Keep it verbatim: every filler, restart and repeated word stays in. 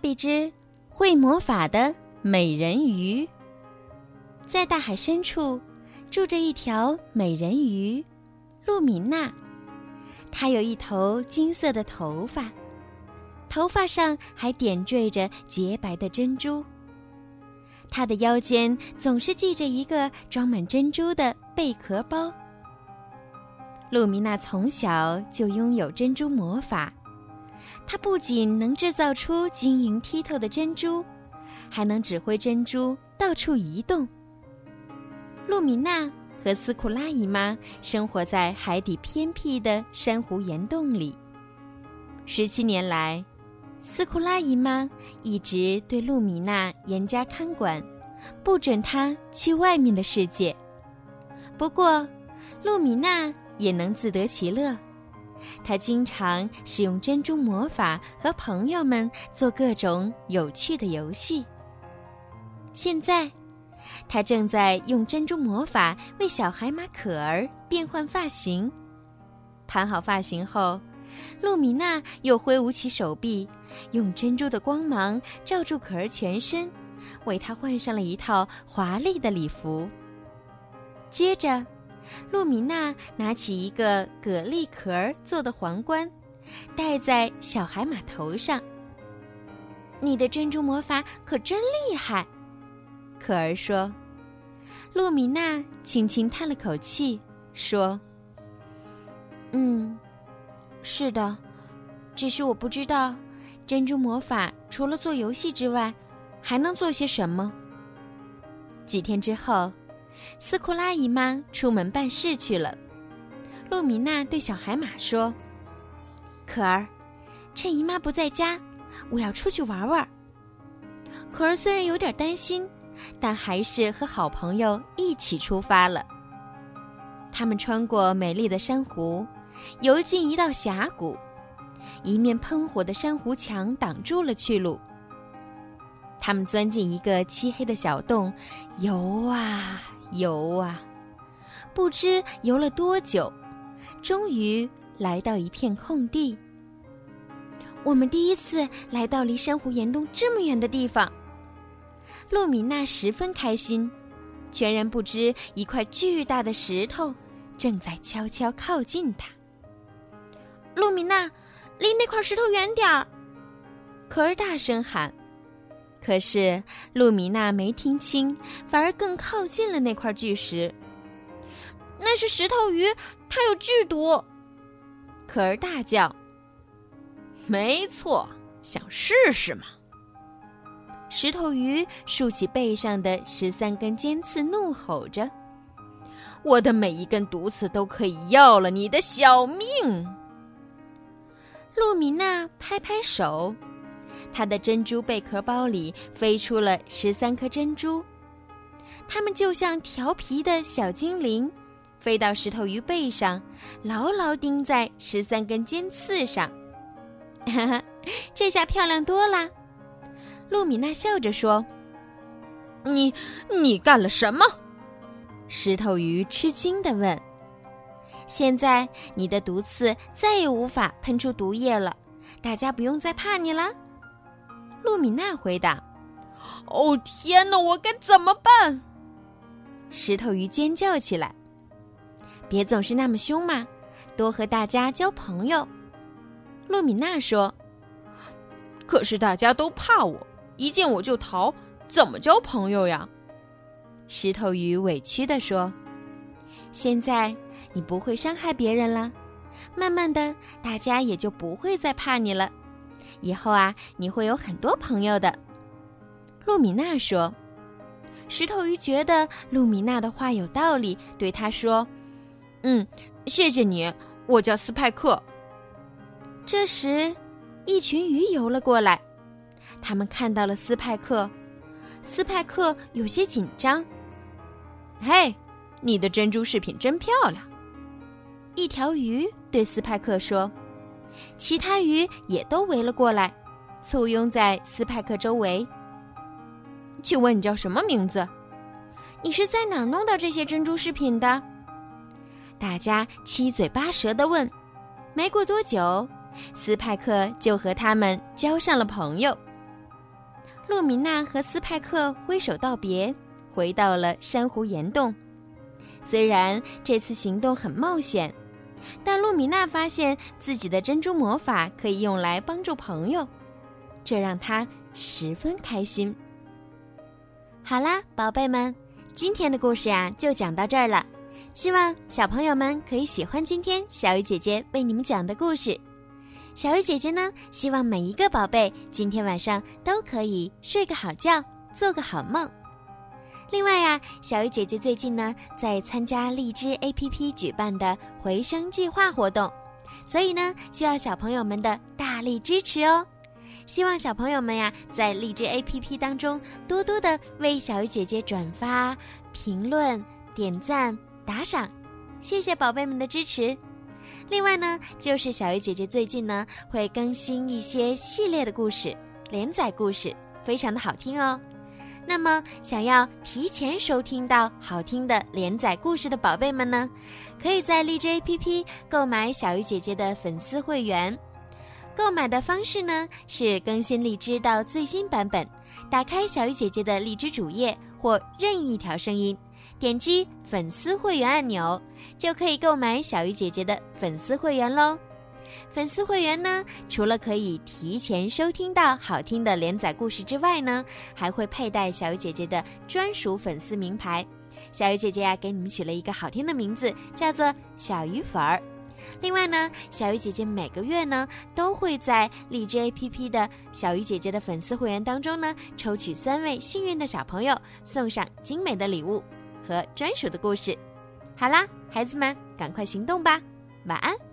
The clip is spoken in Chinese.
比之会魔法的美人鱼。在大海深处住着一条美人鱼，露米娜。她有一头金色的头发，头发上还点缀着洁白的珍珠。她的腰间总是系着一个装满珍珠的贝壳包。露米娜从小就拥有珍珠魔法，她不仅能制造出晶莹剔透的珍珠，还能指挥珍珠到处移动。露米娜和斯库拉姨妈生活在海底偏僻的珊瑚岩洞里。十七年来，斯库拉姨妈一直对露米娜严加看管，不准她去外面的世界。不过，露米娜也能自得其乐，她经常使用珍珠魔法和朋友们做各种有趣的游戏。现在，她正在用珍珠魔法为小海马可儿变换发型。盘好发型后，露米娜又挥舞起手臂，用珍珠的光芒照住可儿全身，为她换上了一套华丽的礼服。接着，露米娜拿起一个蛤蜊壳做的皇冠，戴在小海马头上。你的珍珠魔法可真厉害，可儿说。露米娜轻轻叹了口气，说：嗯，是的，只是我不知道珍珠魔法除了做游戏之外还能做些什么。几天之后，斯库拉姨妈出门办事去了。露米娜对小海马说：可儿，趁姨妈不在家，我要出去玩玩。可儿虽然有点担心，但还是和好朋友一起出发了。他们穿过美丽的珊瑚，游进一道峡谷，一面喷火的珊瑚墙挡住了去路。他们钻进一个漆黑的小洞，游啊游啊，不知游了多久，终于来到一片空地。我们第一次来到离珊瑚岩洞这么远的地方。露米娜十分开心，全然不知一块巨大的石头正在悄悄靠近她。露米娜，离那块石头远点儿！可儿大声喊。可是露米娜没听清，反而更靠近了那块巨石。那是石头鱼，它有剧毒！可儿大叫。 没错，想试试吗？ 石头鱼竖起背上的十三根尖刺，怒吼着： 我的每一根毒刺都可以要了你的小命！ 露米娜拍拍手，她的珍珠贝壳包里飞出了十三颗珍珠，它们就像调皮的小精灵，飞到石头鱼背上，牢牢钉在十三根尖刺上。哈哈，这下漂亮多啦！露米娜笑着说： 你你干了什么？ 石头鱼吃惊地问。现在你的毒刺再也无法喷出毒液了，大家不用再怕你了。露米娜回答。 哦天哪，我该怎么办？ 石头鱼尖叫起来。别总是那么凶嘛，多和大家交朋友。露米娜说。 可是大家都怕我，一见我就逃，怎么交朋友呀？ 石头鱼委屈地说。现在你不会伤害别人了，慢慢的大家也就不会再怕你了，以后啊你会有很多朋友的。露米娜说。石头鱼觉得露米娜的话有道理，对她说： 嗯，谢谢你，我叫斯派克。 这时一群鱼游了过来，他们看到了斯派克。斯派克有些紧张。 嘿，你的珍珠饰品真漂亮。 一条鱼对斯派克说。其他鱼也都围了过来，簇拥在斯派克周围。 请问你叫什么名字？ 你是在哪儿弄到这些珍珠饰品的？大家七嘴八舌地问。没过多久，斯派克就和他们交上了朋友。 露米娜和斯派克挥手道别，回到了珊瑚岩洞。虽然这次行动很冒险，但露米娜发现自己的珍珠魔法可以用来帮助朋友，这让她十分开心。好啦，宝贝们，今天的故事呀，就讲到这儿了。希望小朋友们可以喜欢今天小鱼姐姐为你们讲的故事。小鱼姐姐呢，希望每一个宝贝今天晚上都可以睡个好觉，做个好梦。另外呀，小鱼姐姐最近呢在参加荔枝 A P P 举办的回声计划活动，所以呢需要小朋友们的大力支持哦。希望小朋友们呀在荔枝 A P P 当中多多的为小鱼姐姐转发、评论、点赞、打赏，谢谢宝贝们的支持。另外呢，就是小鱼姐姐最近呢会更新一些系列的故事，连载故事，非常的好听哦。那么想要提前收听到好听的连载故事的宝贝们呢，可以在荔枝 A P P 购买小鱼姐姐的粉丝会员。购买的方式呢是更新荔枝到最新版本，打开小鱼姐姐的荔枝主页或任意一条声音，点击粉丝会员按钮，就可以购买小鱼姐姐的粉丝会员咯。粉丝会员呢，除了可以提前收听到好听的连载故事之外呢，还会佩戴小鱼姐姐的专属粉丝名牌。小鱼姐姐呀、啊，给你们取了一个好听的名字，叫做小鱼粉儿。另外呢，小鱼姐姐每个月呢，都会在荔枝 A P P 的小鱼姐姐的粉丝会员当中呢，抽取三位幸运的小朋友，送上精美的礼物和专属的故事。好啦，孩子们，赶快行动吧，晚安。